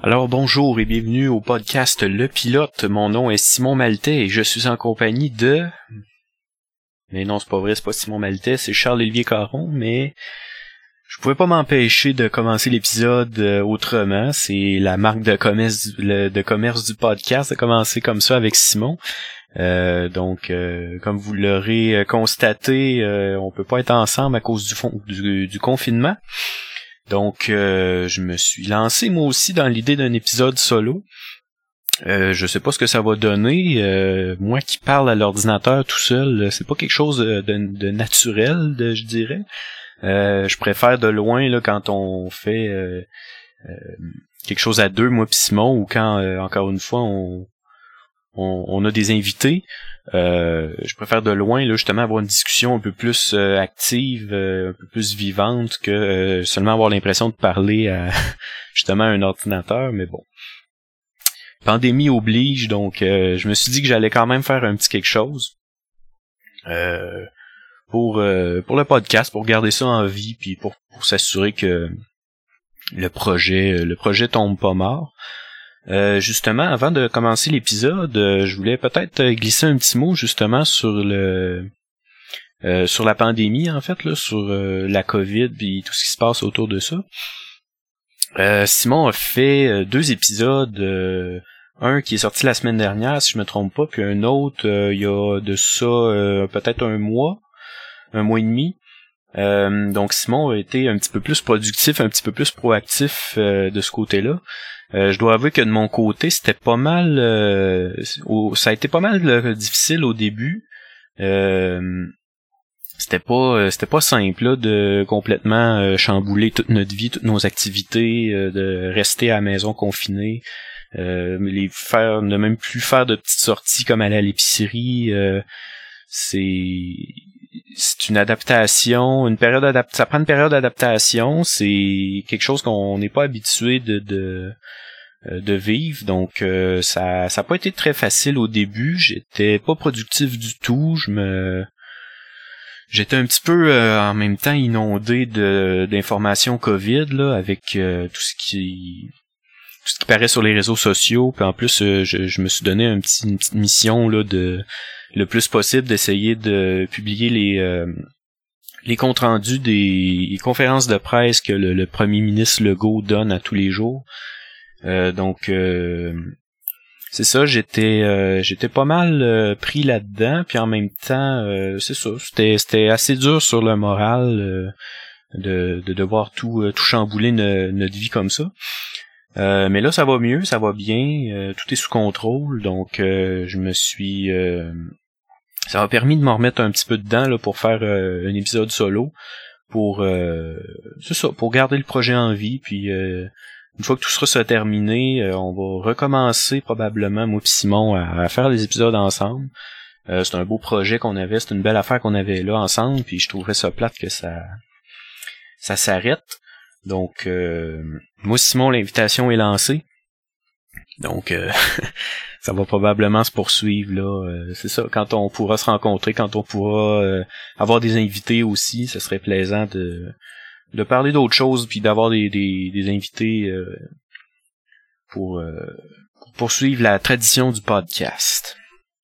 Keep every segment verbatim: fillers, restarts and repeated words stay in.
Alors bonjour et bienvenue au podcast Le Pilote. Mon nom est Simon Maltais et je suis en compagnie de... Mais non, c'est pas vrai, c'est pas Simon Maltais, c'est Charles-Olivier Caron, mais je pouvais pas m'empêcher de commencer l'épisode euh, autrement. C'est la marque de commerce, le, de commerce du podcast de commencer comme ça avec Simon. Euh, donc, euh, comme vous l'aurez constaté, euh, on peut pas être ensemble à cause du, fond, du, du confinement. Donc, euh, je me suis lancé moi aussi dans l'idée d'un épisode solo. Euh, je sais pas ce que ça va donner. Euh, moi qui parle à l'ordinateur tout seul, c'est pas quelque chose de, de, de naturel, de, je dirais. Euh, je préfère de loin là quand on fait euh, euh, quelque chose à deux, moi pis Simon, ou quand euh, encore une fois on On, on a des invités, euh, je préfère de loin là justement avoir une discussion un peu plus euh, active, euh, un peu plus vivante que euh, seulement avoir l'impression de parler à justement à un ordinateur, mais bon. Pandémie oblige, donc euh, je me suis dit que j'allais quand même faire un petit quelque chose euh, pour euh, pour le podcast, pour garder ça en vie, puis pour, pour s'assurer que le projet le projet tombe pas mort. Euh, justement, avant de commencer l'épisode, euh, je voulais peut-être glisser un petit mot justement sur le euh, sur la pandémie, en fait, là, sur euh, la COVID et tout ce qui se passe autour de ça. Euh, Simon a fait euh, deux épisodes, euh, un qui est sorti la semaine dernière, si je me trompe pas, puis un autre euh, il y a de ça euh, peut-être un mois, un mois et demi. Euh, donc Simon a été un petit peu plus productif, un petit peu plus proactif euh, de ce côté-là. Euh, je dois avouer que de mon côté, c'était pas mal euh, au, ça a été pas mal euh, difficile au début. Euh, c'était pas euh, c'était pas simple là, de complètement euh, chambouler toute notre vie, toutes nos activités, euh, de rester à la maison confiné, euh, les faire ne même plus faire de petites sorties comme aller à l'épicerie, euh, c'est c'est une adaptation, une période d'adaptation, ça prend une période d'adaptation, c'est quelque chose qu'on n'est pas habitué de, de de vivre, donc euh, ça ça a pas été très facile au début, j'étais pas productif du tout, je me j'étais un petit peu euh, en même temps inondé de d'informations COVID là, avec euh, tout ce qui tout ce qui paraît sur les réseaux sociaux, puis en plus euh, je, je me suis donné un petit, une petite mission là de le plus possible d'essayer de publier les euh, les comptes rendus des les conférences de presse que le, le premier ministre Legault donne à tous les jours. Euh, donc euh, c'est ça, j'étais euh, j'étais pas mal euh, pris là-dedans, puis en même temps euh, c'est ça, c'était c'était assez dur sur le moral euh, de de devoir tout euh, tout chambouler ne, notre vie comme ça. Euh, mais là ça va mieux, ça va bien, euh, tout est sous contrôle, donc euh, je me suis euh, ça m'a permis de m'en remettre un petit peu dedans là pour faire euh, un épisode solo pour euh, c'est ça, pour garder le projet en vie, puis euh, une fois que tout sera terminé, euh, on va recommencer probablement, moi et Simon, à, à faire les épisodes ensemble. Euh, c'est un beau projet qu'on avait, c'est une belle affaire qu'on avait là ensemble, puis je trouverais ça plate que ça ça s'arrête. Donc, euh, moi Simon, l'invitation est lancée. Donc, euh, ça va probablement se poursuivre là. Euh, c'est ça, quand on pourra se rencontrer, quand on pourra euh, avoir des invités aussi, ça serait plaisant de de parler d'autres choses puis d'avoir des des, des invités euh, pour, euh, pour poursuivre la tradition du podcast.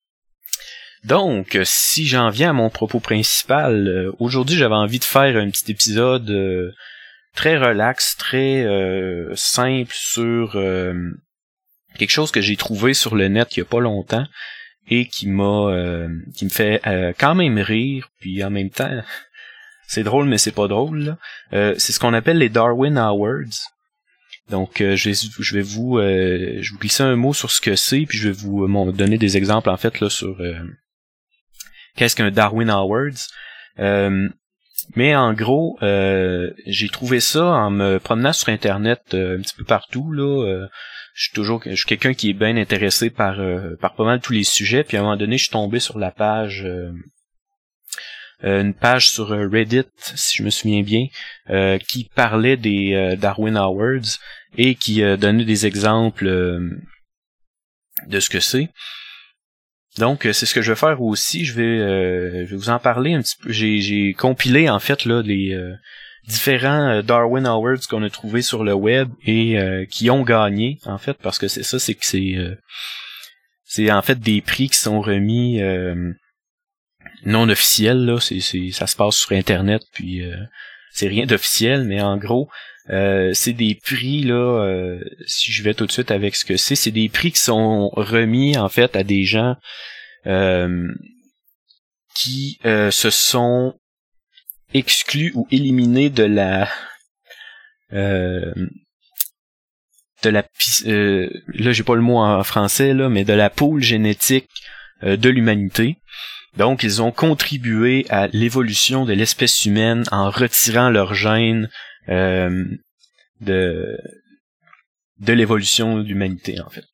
Donc, si j'en viens à mon propos principal, euh, aujourd'hui j'avais envie de faire un petit épisode euh, très relax, très euh, simple sur euh, quelque chose que j'ai trouvé sur le net il y a pas longtemps et qui m'a euh, qui me fait euh, quand même rire, puis en même temps c'est drôle, mais c'est pas drôle, là. Euh, c'est ce qu'on appelle les Darwin Awards. Donc, euh, je vais, je vais vous, euh, je vais vous glisser un mot sur ce que c'est, puis je vais vous euh, donner des exemples en fait là sur euh, qu'est-ce qu'un Darwin Awards. Euh, mais en gros, euh, j'ai trouvé ça en me promenant sur Internet euh, un petit peu partout là. Euh, je suis toujours, je suis quelqu'un qui est bien intéressé par euh, par pas mal tous les sujets. Puis à un moment donné, je suis tombé sur la page. Euh, une page sur Reddit, si je me souviens bien, euh, qui parlait des euh, Darwin Awards et qui euh, donnait des exemples euh, de ce que c'est. Donc, c'est ce que je vais faire aussi. Je vais, euh, je vais vous en parler un petit peu. J'ai, j'ai compilé, en fait, là, les, euh, différents euh, Darwin Awards qu'on a trouvés sur le web et euh, qui ont gagné, en fait, parce que c'est ça, c'est que c'est euh, c'est en fait des prix qui sont remis euh, non officiels, là, c'est, c'est ça se passe sur Internet, puis euh, c'est rien d'officiel, mais en gros, euh, c'est des prix, là, euh, si je vais tout de suite avec ce que c'est, c'est des prix qui sont remis, en fait, à des gens euh, qui euh, se sont exclus ou éliminés de la euh, de la euh, là j'ai pas le mot en français là, mais de la pool génétique euh, de l'humanité. Donc ils ont contribué à l'évolution de l'espèce humaine en retirant leurs gènes euh, de de l'évolution de l'humanité en fait.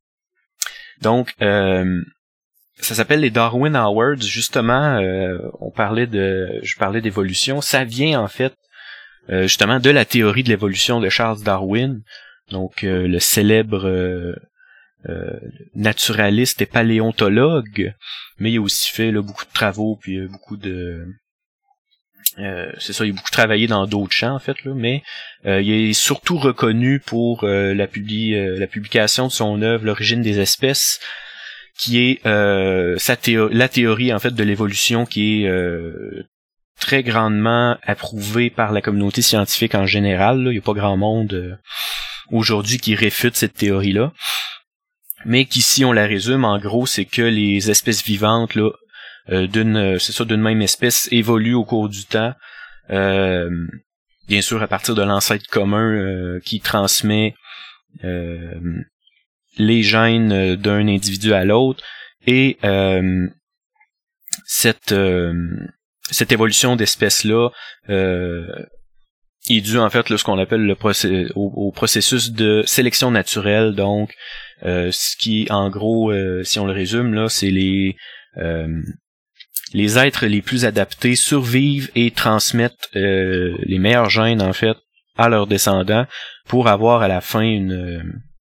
Donc euh, ça s'appelle les Darwin Awards, justement, euh, on parlait de, je parlais d'évolution, ça vient en fait euh, justement de la théorie de l'évolution de Charles Darwin, donc euh, le célèbre euh, euh, naturaliste et paléontologue, mais il a aussi fait là, beaucoup de travaux, puis euh, beaucoup de, euh, c'est ça, il a beaucoup travaillé dans d'autres champs en fait, là, mais euh, il est surtout reconnu pour euh, la, publi- euh, la publication de son œuvre L'origine des espèces, qui est euh, sa théo- la théorie en fait de l'évolution qui est euh, très grandement approuvée par la communauté scientifique en général. Là. Il n'y a pas grand monde euh, aujourd'hui qui réfute cette théorie-là. Mais qui, si on la résume, en gros, c'est que les espèces vivantes là, euh, d'une c'est ça, d'une même espèce évoluent au cours du temps. Euh, bien sûr à partir de l'ancêtre commun euh, qui transmet euh, les gènes d'un individu à l'autre, et euh, cette euh, cette évolution d'espèces-là euh, est due en fait là, ce qu'on appelle le procé- au, au processus de sélection naturelle. Donc euh, ce qui en gros euh, si on le résume là, c'est les euh, les êtres les plus adaptés survivent et transmettent euh, les meilleurs gènes en fait à leurs descendants pour avoir à la fin une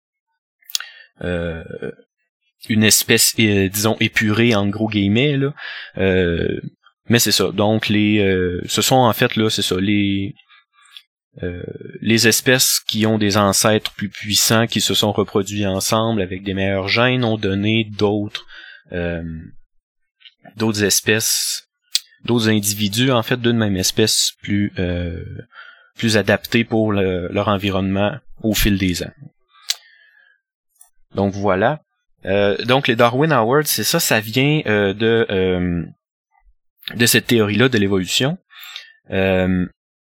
Euh, une espèce euh, disons épurée en gros guillemets là, euh, mais c'est ça. Donc les euh, ce sont en fait là c'est ça les euh, les espèces qui ont des ancêtres plus puissants qui se sont reproduits ensemble avec des meilleurs gènes ont donné d'autres euh, d'autres espèces, d'autres individus en fait d'une même espèce plus euh, plus adaptés pour le, leur environnement au fil des ans. Donc voilà. Euh, donc les Darwin Awards, c'est ça, ça vient euh, de euh, de cette théorie-là de l'évolution. Euh,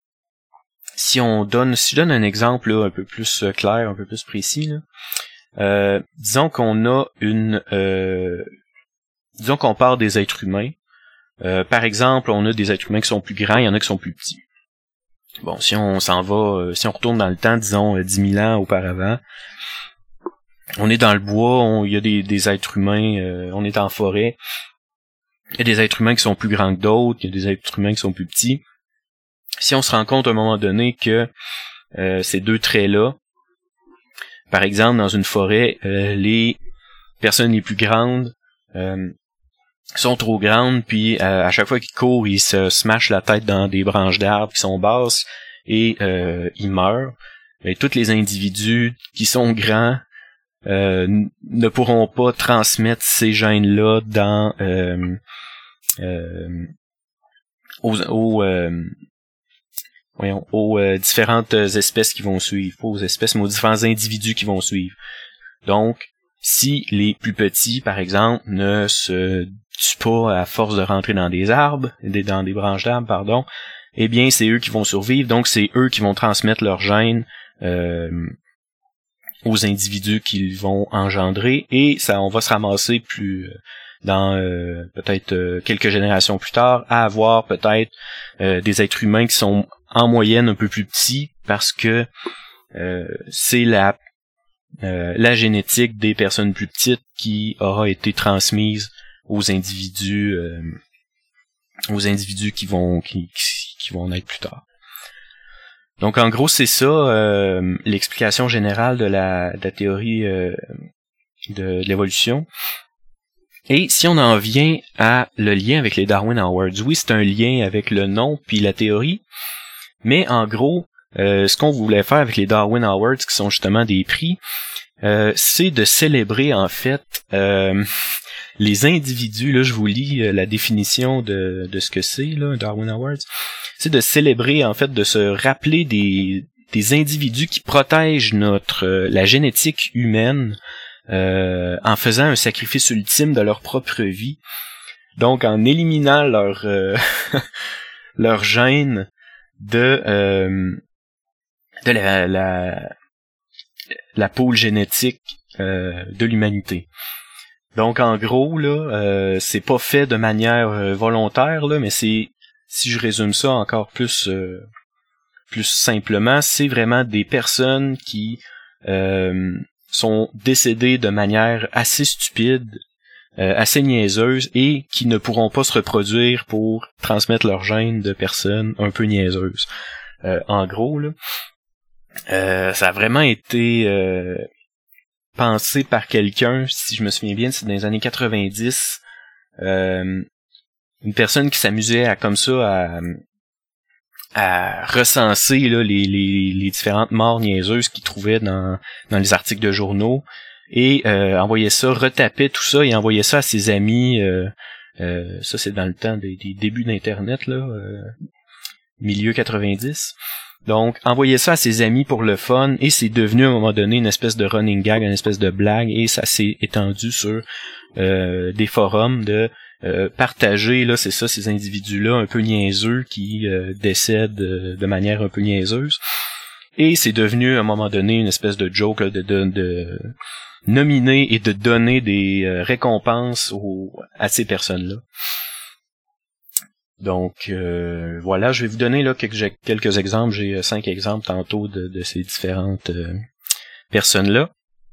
si on donne, si je donne un exemple là, un peu plus clair, un peu plus précis, là, euh, disons qu'on a une, euh, disons qu'on part des êtres humains. Euh, par exemple, on a des êtres humains qui sont plus grands, il y en a qui sont plus petits. Bon, si on s'en va, euh, si on retourne dans le temps, disons dix mille ans auparavant. On est dans le bois, il y a des, des êtres humains, euh, on est en forêt. Il y a des êtres humains qui sont plus grands que d'autres, il y a des êtres humains qui sont plus petits. Si on se rend compte à un moment donné que euh, ces deux traits-là, par exemple dans une forêt, euh, les personnes les plus grandes euh, sont trop grandes, puis euh, à chaque fois qu'ils courent, ils se smashent la tête dans des branches d'arbres qui sont basses et euh, ils meurent. Et tous les individus qui sont grands Euh, ne pourront pas transmettre ces gènes-là dans euh, euh, aux, aux, euh, voyons, aux euh, différentes espèces qui vont suivre, pas aux espèces, mais aux différents individus qui vont suivre. Donc, si les plus petits, par exemple, ne se tuent pas à force de rentrer dans des arbres, dans des branches d'arbres, pardon, eh bien, c'est eux qui vont survivre, donc c'est eux qui vont transmettre leurs gènes euh, aux individus qu'ils vont engendrer, et ça, on va se ramasser plus dans euh, peut-être euh, quelques générations plus tard à avoir peut-être euh, des êtres humains qui sont en moyenne un peu plus petits parce que euh, c'est la euh, la génétique des personnes plus petites qui aura été transmise aux individus euh, aux individus qui vont qui, qui vont naître plus tard. Donc en gros c'est ça euh, l'explication générale de la, de la théorie euh, de, de l'évolution. Et si on en vient à le lien avec les Darwin Awards, oui c'est un lien avec le nom puis la théorie, Mais en gros, euh, ce qu'on voulait faire avec les Darwin Awards, qui sont justement des prix, euh, c'est de célébrer en fait euh, les individus. Là, je vous lis euh, la définition de, de ce que c'est, là, un Darwin Awards. C'est de célébrer, en fait, de se rappeler des, des individus qui protègent notre euh, la génétique humaine euh, en faisant un sacrifice ultime de leur propre vie. Donc, en éliminant leur euh, leur gène de euh, de la, la la pôle génétique euh, de l'humanité. Donc en gros là, euh, c'est pas fait de manière euh, volontaire là, mais c'est, si je résume ça encore plus euh, plus simplement, c'est vraiment des personnes qui euh, sont décédées de manière assez stupide, euh, assez niaiseuse, et qui ne pourront pas se reproduire pour transmettre leur gène de personnes un peu niaiseuses. Euh, en gros là. Euh, ça a vraiment été euh, pensé par quelqu'un, si je me souviens bien, c'est dans les années quatre-vingt-dix, euh, une personne qui s'amusait à comme ça à, à recenser là, les, les, les différentes morts niaiseuses qu'il trouvait dans, dans les articles de journaux, et euh, envoyait ça, retapait tout ça et envoyait ça à ses amis. Euh, euh, ça c'est dans le temps des, des débuts d'Internet, là, euh, milieu quatre-vingt-dix. Donc, envoyer ça à ses amis pour le fun, et c'est devenu à un moment donné une espèce de running gag, une espèce de blague, et ça s'est étendu sur euh, des forums de euh, partager, là, c'est ça, ces individus-là un peu niaiseux qui euh, décèdent euh, de manière un peu niaiseuse. Et c'est devenu à un moment donné une espèce de joke là, de, de, de nominer et de donner des euh, récompenses aux, à ces personnes-là. Donc euh, voilà, je vais vous donner là quelques, quelques exemples. J'ai cinq exemples tantôt de, de ces différentes euh, personnes-là.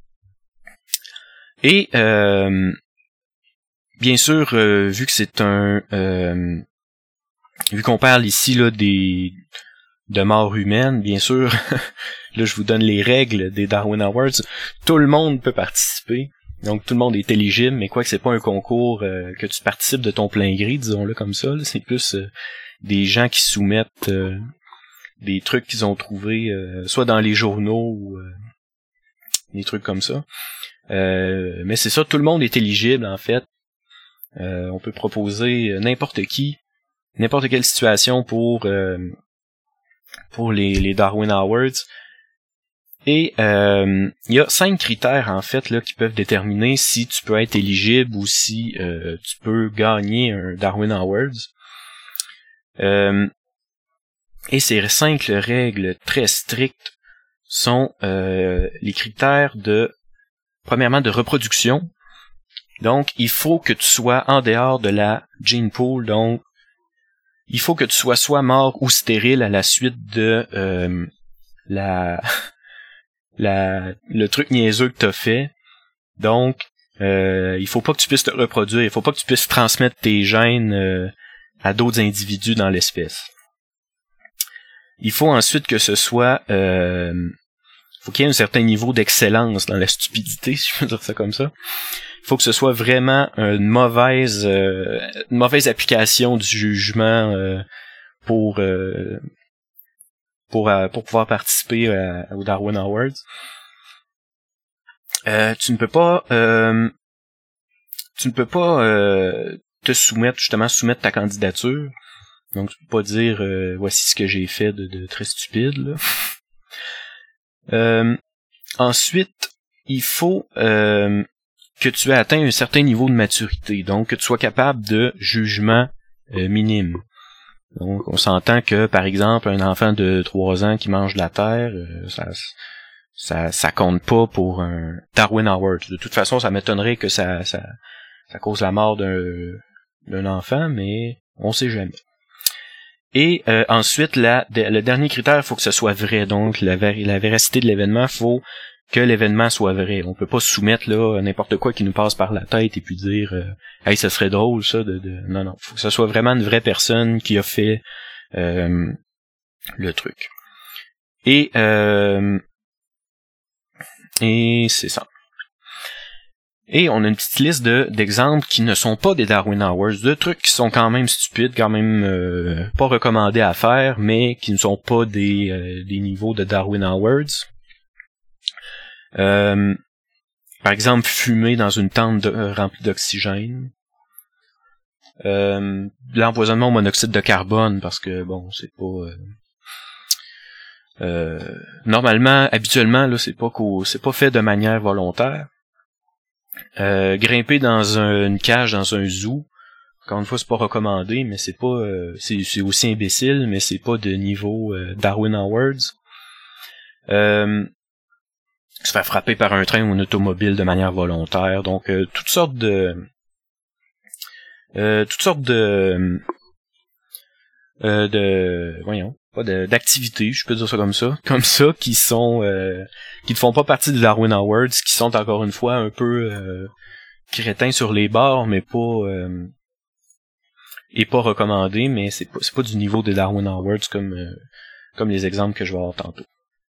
Et euh, bien sûr, euh, vu que c'est un euh, vu qu'on parle ici là des de morts humaines, bien sûr, là je vous donne les règles des Darwin Awards. Tout le monde peut participer. Donc tout le monde est éligible, mais quoi que c'est pas un concours euh, que tu participes de ton plein gré, disons-le comme ça, là. C'est plus euh, des gens qui soumettent euh, des trucs qu'ils ont trouvés, euh, soit dans les journaux ou euh, des trucs comme ça. Euh, mais c'est ça, tout le monde est éligible en fait. Euh, on peut proposer n'importe qui, n'importe quelle situation pour euh, pour les, les Darwin Awards. Et euh, il y a cinq critères en fait là qui peuvent déterminer si tu peux être éligible ou si euh, tu peux gagner un Darwin Awards. Euh, et ces cinq règles très strictes sont euh, les critères de, premièrement, de reproduction. Donc, il faut que tu sois en dehors de la gene pool. Donc, il faut que tu sois soit mort ou stérile à la suite de euh, la La, le truc niaiseux que t'as fait. Donc, euh, il faut pas que tu puisses te reproduire, il faut pas que tu puisses transmettre tes gènes euh, à d'autres individus dans l'espèce. Il faut ensuite que ce soit... Euh, faut qu'il y ait un certain niveau d'excellence dans la stupidité, si je peux dire ça comme ça. Il faut que ce soit vraiment une mauvaise euh, une mauvaise application du jugement euh, pour... Euh, Pour, euh, pour pouvoir participer euh, aux Darwin Awards. Euh, tu ne peux pas euh, tu ne peux pas euh, te soumettre, justement soumettre ta candidature. Donc tu peux pas dire euh, voici ce que j'ai fait de, de très stupide là. euh, ensuite, il faut euh, que tu aies atteint un certain niveau de maturité, donc que tu sois capable de jugement euh, minime. Donc, on s'entend que, par exemple, un enfant de trois ans qui mange de la terre, euh, ça, ça, ça compte pas pour un Darwin Award. De toute façon, ça m'étonnerait que ça, ça, ça cause la mort d'un, d'un enfant, mais on sait jamais. Et euh, ensuite, la, de, le dernier critère, il faut que ce soit vrai. Donc, la, la véracité de l'événement, il faut que l'événement soit vrai. On peut pas soumettre là n'importe quoi qui nous passe par la tête et puis dire euh, hey, ça serait drôle ça de, de... non non, faut que ce soit vraiment une vraie personne qui a fait euh, le truc. Et euh, et c'est ça. Et on a une petite liste de d'exemples qui ne sont pas des Darwin Awards, de trucs qui sont quand même stupides, quand même euh, pas recommandés à faire, mais qui ne sont pas des, euh, des niveaux de Darwin Awards. Euh, par exemple, fumer dans une tente de, euh, remplie d'oxygène. Euh, l'empoisonnement au monoxyde de carbone, parce que bon, c'est pas... Euh, euh, normalement, habituellement, là, c'est pas qu'au, c'est pas fait de manière volontaire. Euh, grimper dans un, une cage dans un zoo, encore une fois, c'est pas recommandé, mais c'est pas... Euh, c'est, c'est aussi imbécile, mais c'est pas de niveau euh, Darwin Awards. Euh, se faire frapper par un train ou une automobile de manière volontaire. Donc, euh, toutes sortes de... Euh, toutes sortes de... Euh, de... Voyons, pas de, d'activités, je peux dire ça comme ça, comme ça, qui sont... Euh, qui ne font pas partie des Darwin Awards, qui sont encore une fois un peu euh, crétins sur les bords, mais pas... Euh, et pas recommandés, mais c'est pas, c'est pas du niveau des Darwin Awards comme, euh, comme les exemples que je vais avoir tantôt.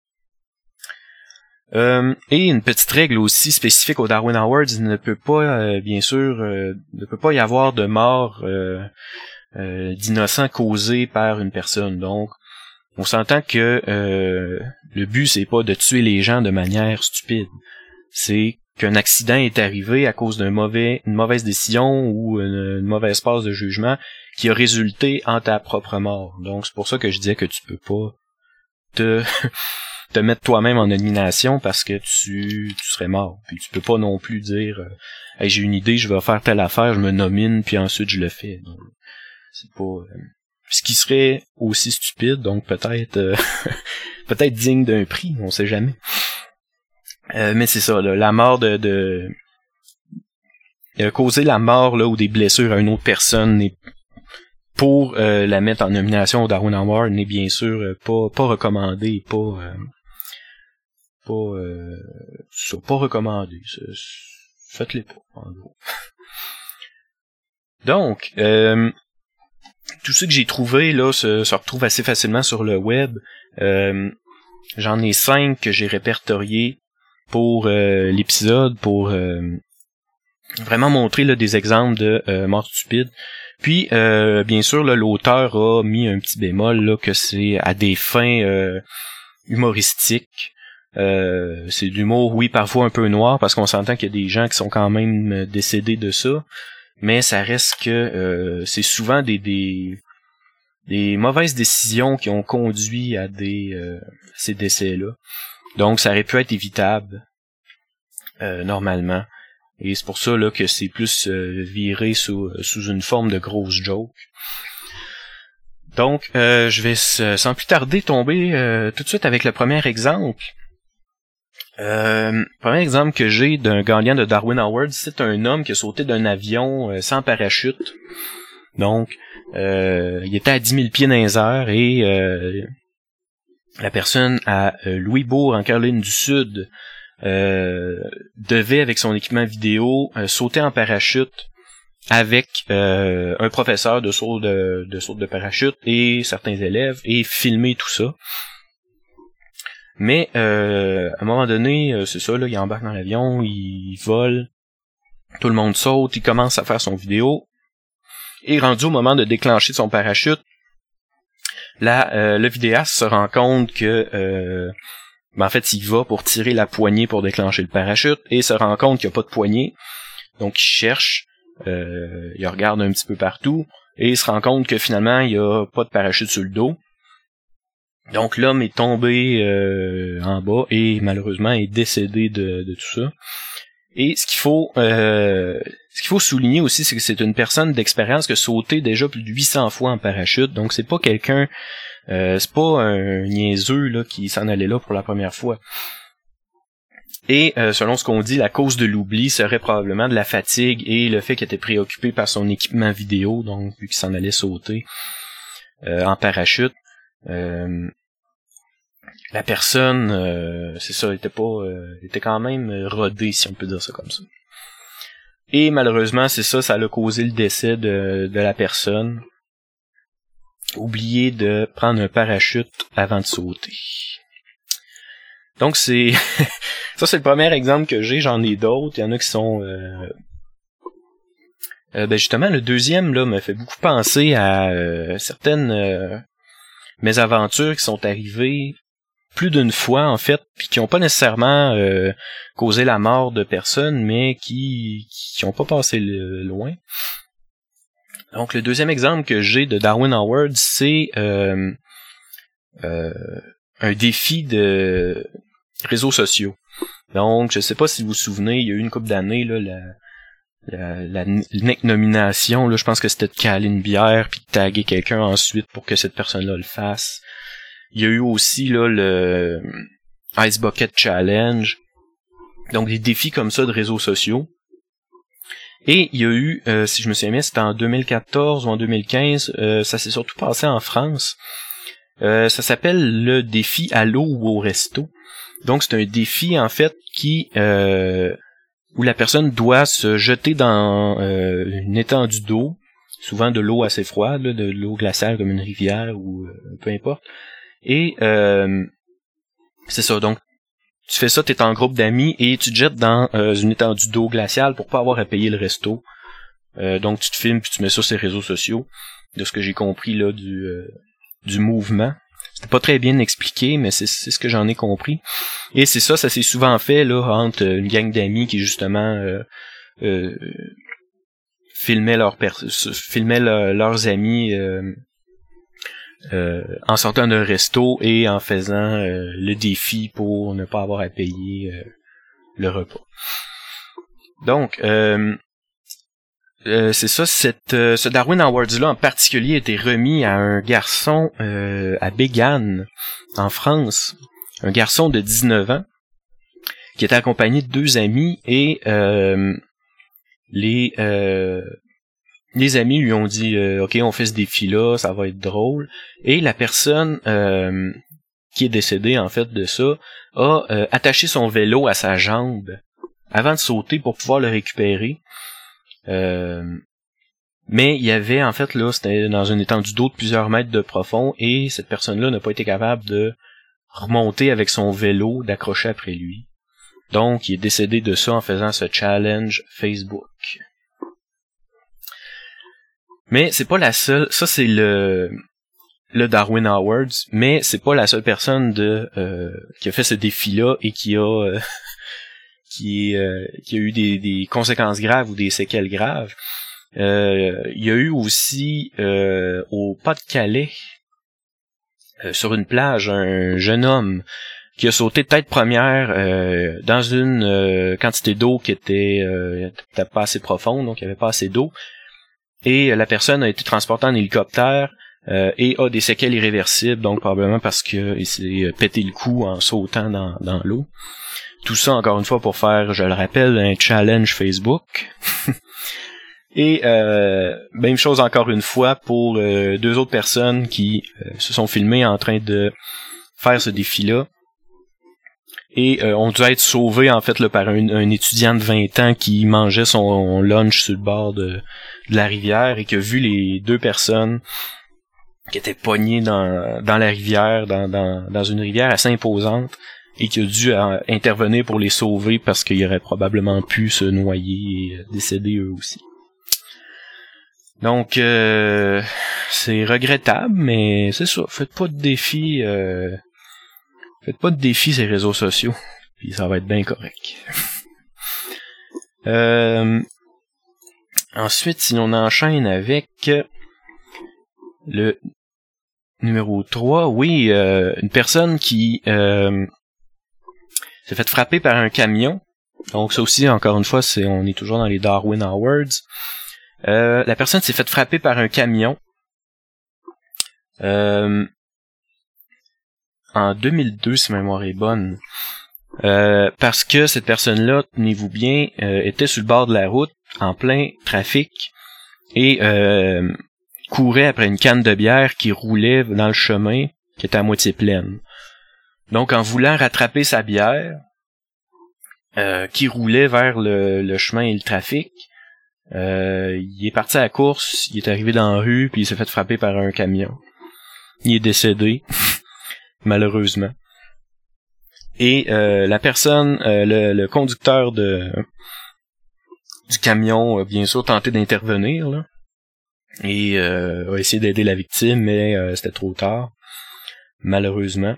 Euh, et une petite règle aussi spécifique aux Darwin Awards, il ne peut pas, euh, bien sûr, euh, ne peut pas y avoir de mort euh, euh, d'innocents causés par une personne. Donc, on s'entend que euh, le but, c'est pas de tuer les gens de manière stupide. C'est qu'un accident est arrivé à cause d'un mauvais, une mauvaise décision ou une, une mauvaise passe de jugement qui a résulté en ta propre mort. Donc, c'est pour ça que je disais que tu peux pas te... te mettre toi-même en nomination parce que tu tu serais mort. Puis tu peux pas non plus dire euh, hey, j'ai une idée, je vais faire telle affaire, je me nomine, puis ensuite je le fais. Donc, c'est pas euh, ce qui serait aussi stupide, donc peut-être euh, peut-être digne d'un prix, on sait jamais. Euh, mais c'est ça, là, la mort de, de euh, causer la mort là ou des blessures à une autre personne n'est pour euh, la mettre en nomination au Darwin Award n'est bien sûr euh, pas pas recommandé, pas euh, pas euh, ça, pas recommandé. Faites-les pas, en gros. Donc, euh, tout ce que j'ai trouvé là se, se retrouve assez facilement sur le web. Euh, j'en ai cinq que j'ai répertoriés pour euh, l'épisode, pour euh, vraiment montrer là, des exemples de euh, morts stupides. Puis, euh, bien sûr, là, l'auteur a mis un petit bémol là que c'est à des fins euh, humoristiques. Euh, c'est de l'humour, oui, parfois un peu noir, parce qu'on s'entend qu'il y a des gens qui sont quand même décédés de ça, mais ça reste que euh, c'est souvent des, des des mauvaises décisions qui ont conduit à des euh, ces décès-là. Donc, ça aurait pu être évitable euh, normalement. Et c'est pour ça là que c'est plus euh, viré sous, sous une forme de grosse joke. Donc, euh, je vais sans plus tarder tomber euh, tout de suite avec le premier exemple. Euh, premier exemple que j'ai d'un gagnant de Darwin Awards, c'est un homme qui a sauté d'un avion euh, sans parachute. Donc, euh, il était à dix mille pieds dans les airs et euh, la personne à euh, Louisbourg, en Caroline du Sud, euh, devait, avec son équipement vidéo, euh, sauter en parachute avec euh, un professeur de saut de, de saut de parachute et certains élèves et filmer tout ça. Mais euh, à un moment donné, euh, c'est ça, là, il embarque dans l'avion, il vole, tout le monde saute, il commence à faire son vidéo. Et rendu au moment de déclencher son parachute, là, euh, le vidéaste se rend compte que euh, ben en fait, il va pour tirer la poignée pour déclencher le parachute et se rend compte qu'il n'y a pas de poignée. Donc il cherche, euh, il regarde un petit peu partout et il se rend compte que finalement, il n'y a pas de parachute sur le dos. Donc l'homme est tombé euh, en bas et malheureusement est décédé de, de tout ça. Et ce qu'il faut euh, ce qu'il faut souligner aussi, c'est que c'est une personne d'expérience qui a sauté déjà plus de huit cents fois en parachute. Donc c'est pas quelqu'un, euh, c'est pas un niaiseux là qui s'en allait là pour la première fois. Et euh, selon ce qu'on dit, la cause de l'oubli serait probablement de la fatigue et le fait qu'il était préoccupé par son équipement vidéo, donc vu qu'il s'en allait sauter euh, en parachute. Euh, la personne, euh, c'est ça, était pas, euh, était quand même rodée, si on peut dire ça comme ça. Et malheureusement, c'est ça, ça a causé le décès de, de la personne. Oubliez de prendre un parachute avant de sauter. Donc c'est ça c'est le premier exemple que j'ai, j'en ai d'autres, il y en a qui sont euh... Euh, ben justement le deuxième là me fait beaucoup penser à euh, certaines euh, mésaventures qui sont arrivées plus d'une fois en fait, puis qui n'ont pas nécessairement euh, causé la mort de personnes, mais qui qui ont pas passé le, loin. Donc le deuxième exemple que j'ai de Darwin Award, c'est euh, euh, un défi de réseaux sociaux. Donc je sais pas si vous vous souvenez, il y a eu une couple d'années là la la, la, la nomination là, je pense que c'était de caler une bière puis de taguer quelqu'un ensuite pour que cette personne-là le fasse. Il y a eu aussi là le Ice Bucket Challenge. Donc des défis comme ça de réseaux sociaux. Et il y a eu, euh, si je me souviens bien, c'était en deux mille quatorze ou en deux mille quinze, euh, ça s'est surtout passé en France. Euh, ça s'appelle le défi à l'eau ou au resto. Donc c'est un défi en fait qui euh, où la personne doit se jeter dans euh, une étendue d'eau, souvent de l'eau assez froide, là, de l'eau glaciale comme une rivière ou euh, peu importe. Et euh, c'est ça, donc tu fais ça, t'es en groupe d'amis et tu te jettes dans euh, une étendue d'eau glaciale pour pas avoir à payer le resto. Euh, donc tu te filmes puis tu mets ça sur les réseaux sociaux, de ce que j'ai compris là du euh, du mouvement. C'était pas très bien expliqué, mais c'est, c'est ce que j'en ai compris. Et c'est ça, ça s'est souvent fait là entre une gang d'amis qui justement euh, euh, filmaient leurs pers- filmaient leur, leurs amis euh, Euh, en sortant d'un resto et en faisant euh, le défi pour ne pas avoir à payer euh, le repas. Donc, euh, euh, c'est ça, cette, euh, ce Darwin Awards-là en particulier a été remis à un garçon euh, à Bégane, en France, un garçon de dix-neuf ans, qui était accompagné de deux amis et euh, les... Euh, Les amis lui ont dit euh, ok, on fait ce défi-là, ça va être drôle. Et la personne euh, qui est décédée en fait de ça a euh, attaché son vélo à sa jambe avant de sauter pour pouvoir le récupérer. Euh, mais il y avait en fait là, c'était dans une étendue d'eau de plusieurs mètres de profond et cette personne-là n'a pas été capable de remonter avec son vélo, d'accrocher après lui. Donc il est décédé de ça en faisant ce challenge Facebook. Mais c'est pas la seule, ça c'est le le Darwin Awards, mais c'est pas la seule personne de euh, qui a fait ce défi-là et qui a euh, qui euh, qui a eu des, des conséquences graves ou des séquelles graves. Euh, il y a eu aussi euh, au Pas-de-Calais, euh, sur une plage, un jeune homme qui a sauté tête première euh, dans une euh, quantité d'eau qui était, euh, était pas assez profonde, donc il y avait pas assez d'eau. Et la personne a été transportée en hélicoptère euh, et a des séquelles irréversibles, donc probablement parce qu'il s'est pété le cou en sautant dans, dans l'eau. Tout ça, encore une fois, pour faire, je le rappelle, un challenge Facebook. Et euh, même chose encore une fois pour euh, deux autres personnes qui euh, se sont filmées en train de faire ce défi-là. Et euh, ont dû être sauvés en fait là, par un, un étudiant de vingt ans qui mangeait son lunch sur le bord de, de la rivière et qui a vu les deux personnes qui étaient pognées dans, dans la rivière, dans, dans, dans une rivière assez imposante, et qui a dû euh, intervenir pour les sauver parce qu'ils auraient probablement pu se noyer et décéder eux aussi. Donc euh, c'est regrettable, mais c'est ça, faites pas de défis. Euh, Faites pas de défis ces réseaux sociaux, puis ça va être bien correct. euh, ensuite, si on enchaîne avec le numéro trois, oui, euh, une personne qui euh, s'est fait frapper par un camion. Donc ça aussi, encore une fois, c'est on est toujours dans les Darwin Awards. Euh, la personne s'est fait frapper par un camion. Euh, en deux mille deux, si ma mémoire est bonne, euh, parce que cette personne-là, tenez-vous bien, euh, était sur le bord de la route, en plein trafic, et euh, courait après une canne de bière qui roulait dans le chemin, qui était à moitié pleine. Donc, en voulant rattraper sa bière, euh, qui roulait vers le, le chemin et le trafic, euh, il est parti à la course, il est arrivé dans la rue, puis il s'est fait frapper par un camion. Il est décédé. Malheureusement. Et euh, la personne, euh, le, le conducteur de du camion a bien sûr tenté d'intervenir là, et euh, a essayé d'aider la victime, mais euh, c'était trop tard, malheureusement.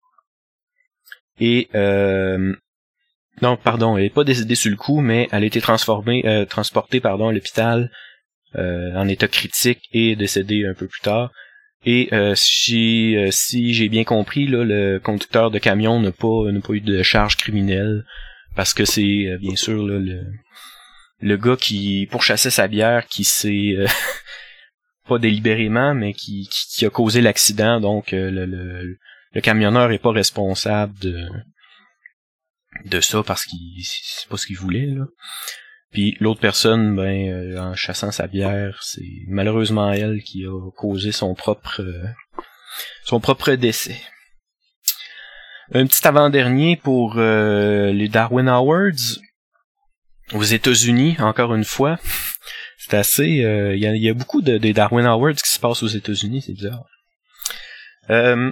Et euh, non, pardon, elle n'est pas décédée sur le coup, mais elle a été transformée, euh, transportée pardon, à l'hôpital euh, en état critique et décédée un peu plus tard. Et euh, si, euh, si j'ai bien compris, là, le conducteur de camion n'a pas, n'a pas eu de charge criminelle, parce que c'est euh, bien sûr là, le, le gars qui pourchassait sa bière, qui s'est euh, pas délibérément, mais qui, qui, qui a causé l'accident. Donc euh, le, le, le camionneur est pas responsable de de ça parce qu'il c'est pas ce qu'il voulait là. Puis l'autre personne, ben, euh, en chassant sa bière, c'est malheureusement elle qui a causé son propre euh, son propre décès. Un petit avant-dernier pour euh, les Darwin Awards aux États-Unis, encore une fois. C'est assez... Il euh, y, a, y a beaucoup de, de Darwin Awards qui se passent aux États-Unis, c'est bizarre. Euh,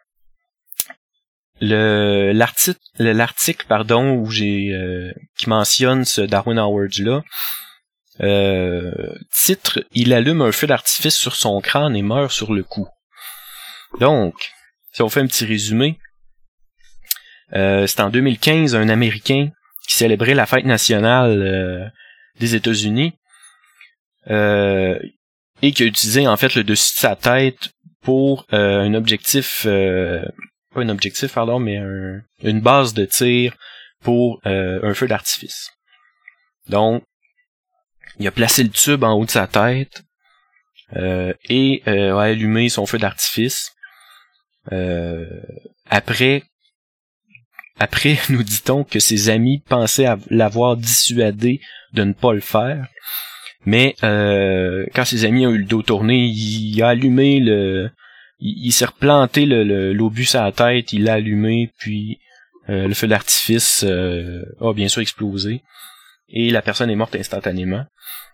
Le l'article l'article pardon où j'ai euh, qui mentionne ce Darwin Awards là euh, titre il allume un feu d'artifice sur son crâne et meurt sur le coup. Donc si on fait un petit résumé, euh, c'est en deux mille quinze un Américain qui célébrait la fête nationale euh, des États-Unis euh, et qui a utilisé en fait le dessus de sa tête pour euh, un objectif euh, pas un objectif, pardon, mais un, une base de tir pour euh, un feu d'artifice. Donc, il a placé le tube en haut de sa tête euh, et euh, a allumé son feu d'artifice. Euh, après, après, nous dit-on que ses amis pensaient l'avoir dissuadé de ne pas le faire, mais euh, quand ses amis ont eu le dos tourné, il a allumé le... Il, il s'est replanté le, le, l'obus à la tête, il l'a allumé, puis euh, le feu d'artifice euh, a bien sûr explosé. Et la personne est morte instantanément.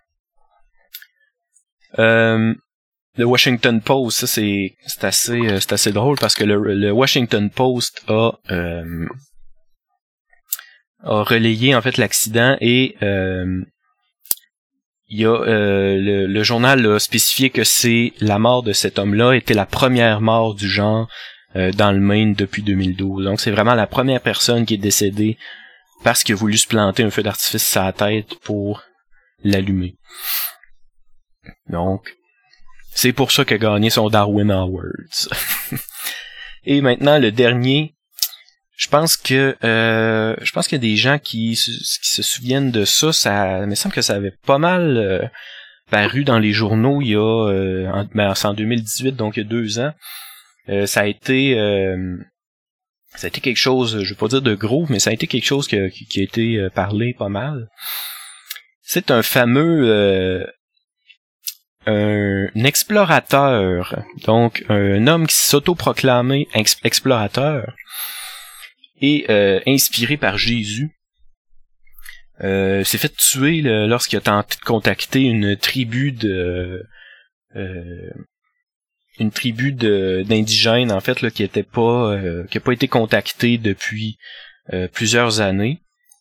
Euh, le Washington Post, ça c'est, c'est, assez, euh, c'est assez drôle parce que le, le Washington Post a, euh, a relayé en fait l'accident et euh, il y a euh, le, le journal a spécifié que c'est la mort de cet homme-là était la première mort du genre euh, dans le Maine depuis deux mille douze. Donc c'est vraiment la première personne qui est décédée parce qu'il a voulu se planter un feu d'artifice sur la tête pour l'allumer. Donc c'est pour ça qu'il a gagné son Darwin Awards. Et maintenant le dernier, je pense que euh, je pense qu'il y a des gens qui, qui se souviennent de ça. Ça il me semble que ça avait pas mal euh, paru dans les journaux il y a euh, en, ben, c'est en deux mille dix-huit, donc il y a deux ans. Euh, ça a été euh, ça a été quelque chose, je vais pas dire de gros, mais ça a été quelque chose qui a, qui, qui a été parlé pas mal. C'est un fameux euh, un explorateur, donc un homme qui s'autoproclamait ex- explorateur et euh, inspiré par Jésus, euh, s'est fait tuer là, lorsqu'il a tenté de contacter une tribu de euh, une tribu de d'indigènes en fait là qui était pas euh, qui a pas été contactée depuis euh, plusieurs années.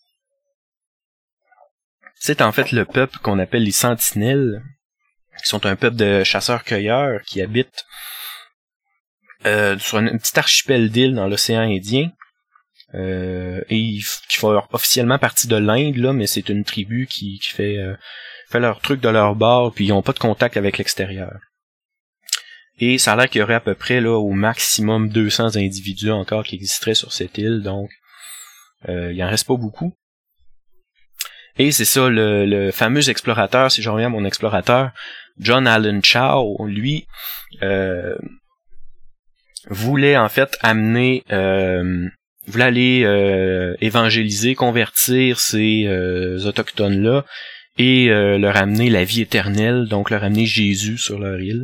C'est en fait le peuple qu'on appelle les Sentinelles, qui sont un peuple de chasseurs-cueilleurs qui habitent euh, sur un, un petit archipel d'îles dans l'océan Indien. Euh, et qui font officiellement partie de l'Inde là, mais c'est une tribu qui, qui fait euh, fait leur truc de leur bord, puis ils ont pas de contact avec l'extérieur. Et ça a l'air qu'il y aurait à peu près là au maximum deux cents individus encore qui existeraient sur cette île, donc euh, il en reste pas beaucoup. Et c'est ça, le, le fameux explorateur, si je reviens à mon explorateur, John Allen Chau, lui euh, voulait en fait amener euh, voulait aller euh, évangéliser, convertir ces euh, autochtones-là et euh, leur amener la vie éternelle, donc leur amener Jésus sur leur île.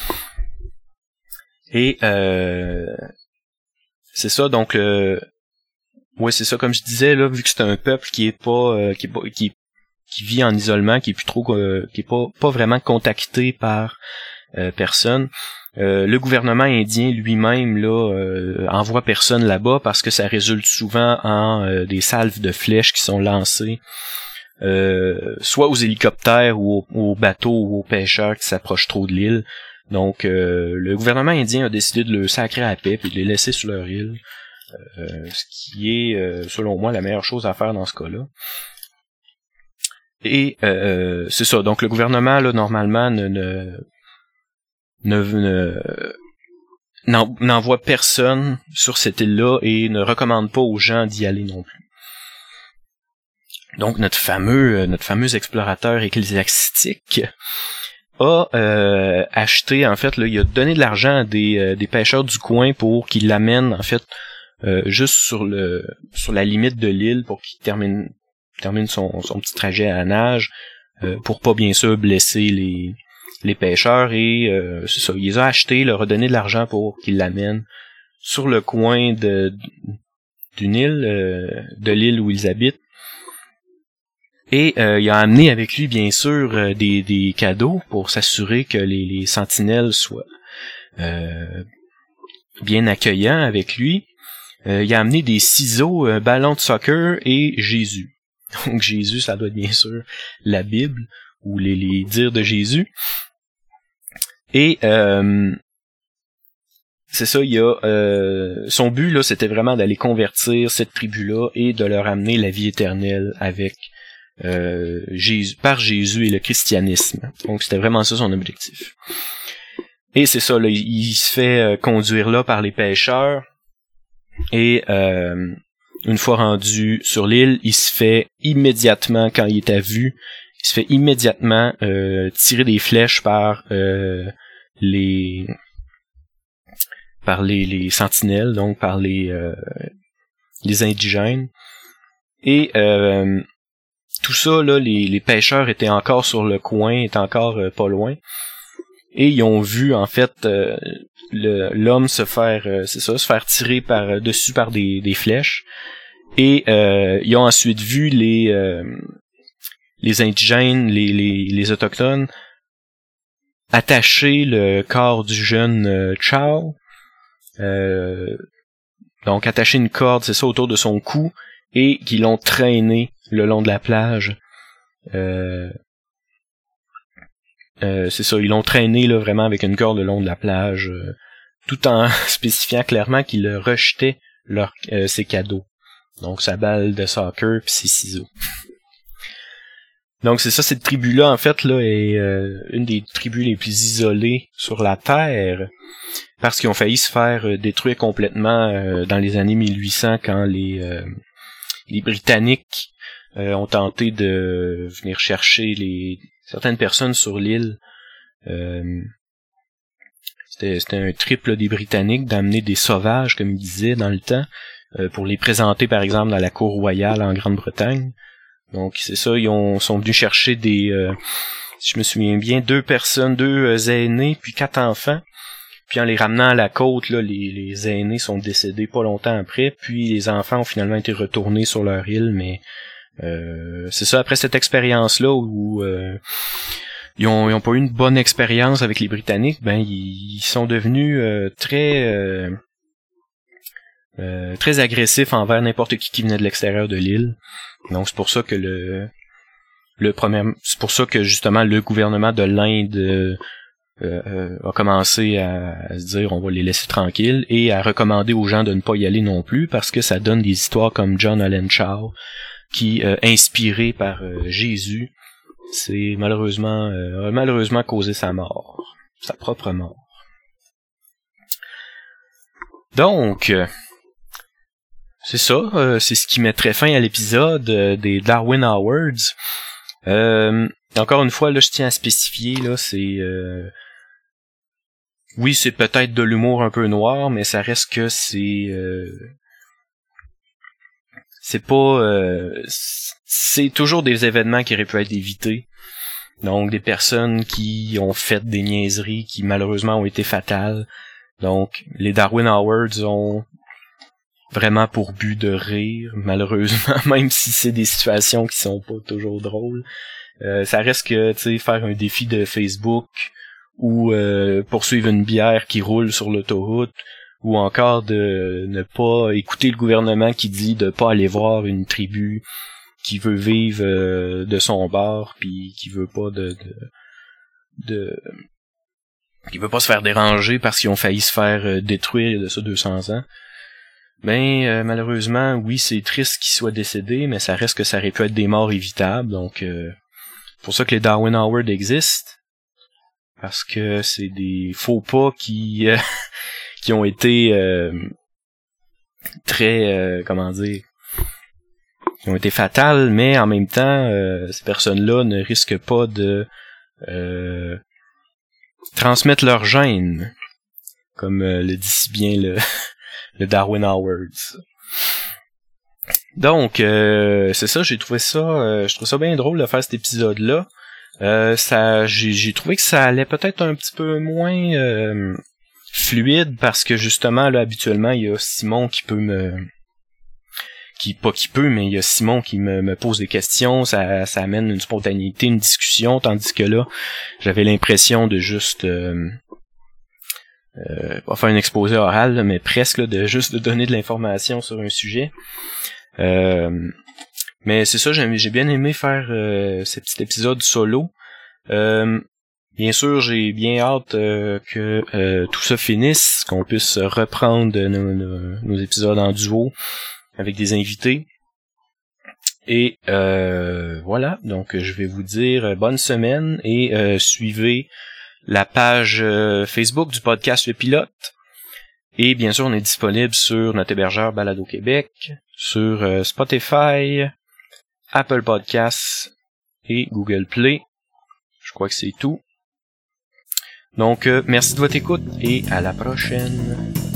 Et euh, c'est ça, donc euh, ouais, c'est ça, comme je disais là, vu que c'est un peuple qui est pas euh, qui est pas qui, qui vit en isolement, qui est plus trop euh, qui est pas pas vraiment contacté par euh, personne. Euh, le gouvernement indien lui-même là euh, envoie personne là-bas parce que ça résulte souvent en euh, des salves de flèches qui sont lancées euh, soit aux hélicoptères ou aux, aux bateaux ou aux pêcheurs qui s'approchent trop de l'île. Donc euh, le gouvernement indien a décidé de le sacrer à la paix et de les laisser sur leur île, euh, ce qui est euh, selon moi la meilleure chose à faire dans ce cas-là. Et euh, c'est ça, donc le gouvernement là normalement ne, ne Ne, ne, n'en, n'envoie personne sur cette île-là et ne recommande pas aux gens d'y aller non plus. Donc notre fameux notre fameux explorateur ecclésiastique a euh, acheté, en fait, là, il a donné de l'argent à des, euh, des pêcheurs du coin pour qu'ils l'amènent, en fait, euh, juste sur le sur la limite de l'île pour qu'il termine termine son, son petit trajet à la nage, euh, pour pas bien sûr blesser les les pêcheurs, et euh, c'est ça, il les a achetés, leur a donné de l'argent pour qu'ils l'amènent sur le coin de d'une île, euh, de l'île où ils habitent. Et euh, il a amené avec lui, bien sûr, euh, des, des cadeaux pour s'assurer que les, les sentinelles soient euh, bien accueillants avec lui. Euh, il a amené des ciseaux, un ballon de soccer et Jésus. Donc Jésus, ça doit être bien sûr la Bible ou les, les dires de Jésus. Et euh, c'est ça, il y a euh, son but là, c'était vraiment d'aller convertir cette tribu-là et de leur amener la vie éternelle avec euh, Jésus, par Jésus et le christianisme. Donc c'était vraiment ça son objectif. Et c'est ça, là, il, il se fait euh, conduire là par les pêcheurs, et euh, une fois rendu sur l'île, il se fait immédiatement, quand il est à vue, il se fait immédiatement euh, tirer des flèches par euh, les par les, les sentinelles, donc par les euh, les indigènes. Et euh, tout ça, là, les, les pêcheurs étaient encore sur le coin, étaient encore euh, pas loin. Et ils ont vu, en fait, euh, le, l'homme se faire, euh, c'est ça, se faire tirer par euh, dessus par des, des flèches. Et euh, ils ont ensuite vu les euh, les indigènes, les, les, les autochtones, attacher le corps du jeune euh, Chow. Euh, donc attacher une corde, c'est ça, autour de son cou, et qu'ils l'ont traîné le long de la plage. Euh, euh, c'est ça, ils l'ont traîné là vraiment avec une corde le long de la plage, euh, tout en spécifiant clairement qu'ils rejetaient leur, euh, ses cadeaux. Donc sa balle de soccer pis ses ciseaux. Donc c'est ça, cette tribu-là, en fait, là, est euh, une des tribus les plus isolées sur la Terre, parce qu'ils ont failli se faire euh, détruire complètement euh, dans les années mille huit cents, quand les euh, les Britanniques euh, ont tenté de venir chercher les certaines personnes sur l'île. Euh, c'était, c'était un trip là, des Britanniques d'amener des sauvages, comme ils disaient dans le temps, euh, pour les présenter, par exemple, dans la cour royale en Grande-Bretagne. Donc c'est ça, ils ont sont venus chercher des, euh, si je me souviens bien, deux personnes, deux euh, aînés, puis quatre enfants. Puis en les ramenant à la côte, là, les, les aînés sont décédés pas longtemps après, puis les enfants ont finalement été retournés sur leur île, mais euh, c'est ça, après cette expérience-là où euh, ils ont, ils ont pas eu une bonne expérience avec les Britanniques, ben ils, ils sont devenus euh, très euh, euh, très agressifs envers n'importe qui qui venait de l'extérieur de l'île. Donc c'est pour ça que le le premier, c'est pour ça que justement le gouvernement de l'Inde euh, euh, a commencé à, à se dire on va les laisser tranquilles, et à recommander aux gens de ne pas y aller non plus, parce que ça donne des histoires comme John Allen Chow qui, euh, inspiré par euh, Jésus, c'est malheureusement euh, a malheureusement causé sa mort, sa propre mort. Donc euh, c'est ça, euh, c'est ce qui mettrait fin à l'épisode euh, des Darwin Awards. Euh, encore une fois, là, je tiens à spécifier, là, c'est euh, oui, c'est peut-être de l'humour un peu noir, mais ça reste que c'est euh, c'est pas euh, c'est toujours des événements qui auraient pu être évités. Donc des personnes qui ont fait des niaiseries qui malheureusement ont été fatales. Donc les Darwin Awards ont vraiment pour but de rire, malheureusement, même si c'est des situations qui sont pas toujours drôles. Euh, ça reste que, tu sais, faire un défi de Facebook ou euh, poursuivre une bière qui roule sur l'autoroute, ou encore de ne pas écouter le gouvernement qui dit de pas aller voir une tribu qui veut vivre euh, de son bord, puis qui veut pas de, de, de qui veut pas se faire déranger parce qu'ils ont failli se faire euh, détruire il y a de ça deux cents ans. Ben euh, malheureusement, oui, c'est triste qu'ils soient décédés, mais ça reste que ça aurait pu être des morts évitables, donc euh, c'est pour ça que les Darwin Awards existent, parce que c'est des faux pas qui euh, qui ont été euh, très euh, comment dire qui ont été fatales, mais en même temps euh, ces personnes-là ne risquent pas de euh, transmettre leurs gènes, comme euh, le dit si bien le le Darwin Awards. Donc euh, c'est ça, j'ai trouvé ça euh, je trouve ça bien drôle de faire cet épisode là. Euh, ça j'ai j'ai trouvé que ça allait peut-être un petit peu moins euh, fluide, parce que justement là habituellement il y a Simon qui peut me qui pas qui peut mais il y a Simon qui me, me pose des questions, ça ça amène une spontanéité, une discussion, tandis que là j'avais l'impression de juste euh, Euh, pas faire un exposé oral, là, mais presque là, de juste de donner de l'information sur un sujet. Euh, mais c'est ça, j'ai, j'ai bien aimé faire euh, ce petit épisode solo. Euh, bien sûr, j'ai bien hâte euh, que euh, tout ça finisse, qu'on puisse reprendre nos, nos, nos épisodes en duo avec des invités. Et euh, voilà, donc je vais vous dire bonne semaine et euh, suivez la page euh, Facebook du podcast Le Pilote. Et bien sûr, on est disponible sur notre hébergeur Balado Québec, sur euh, Spotify, Apple Podcasts et Google Play. Je crois que c'est tout. Donc, euh, merci de votre écoute et à la prochaine.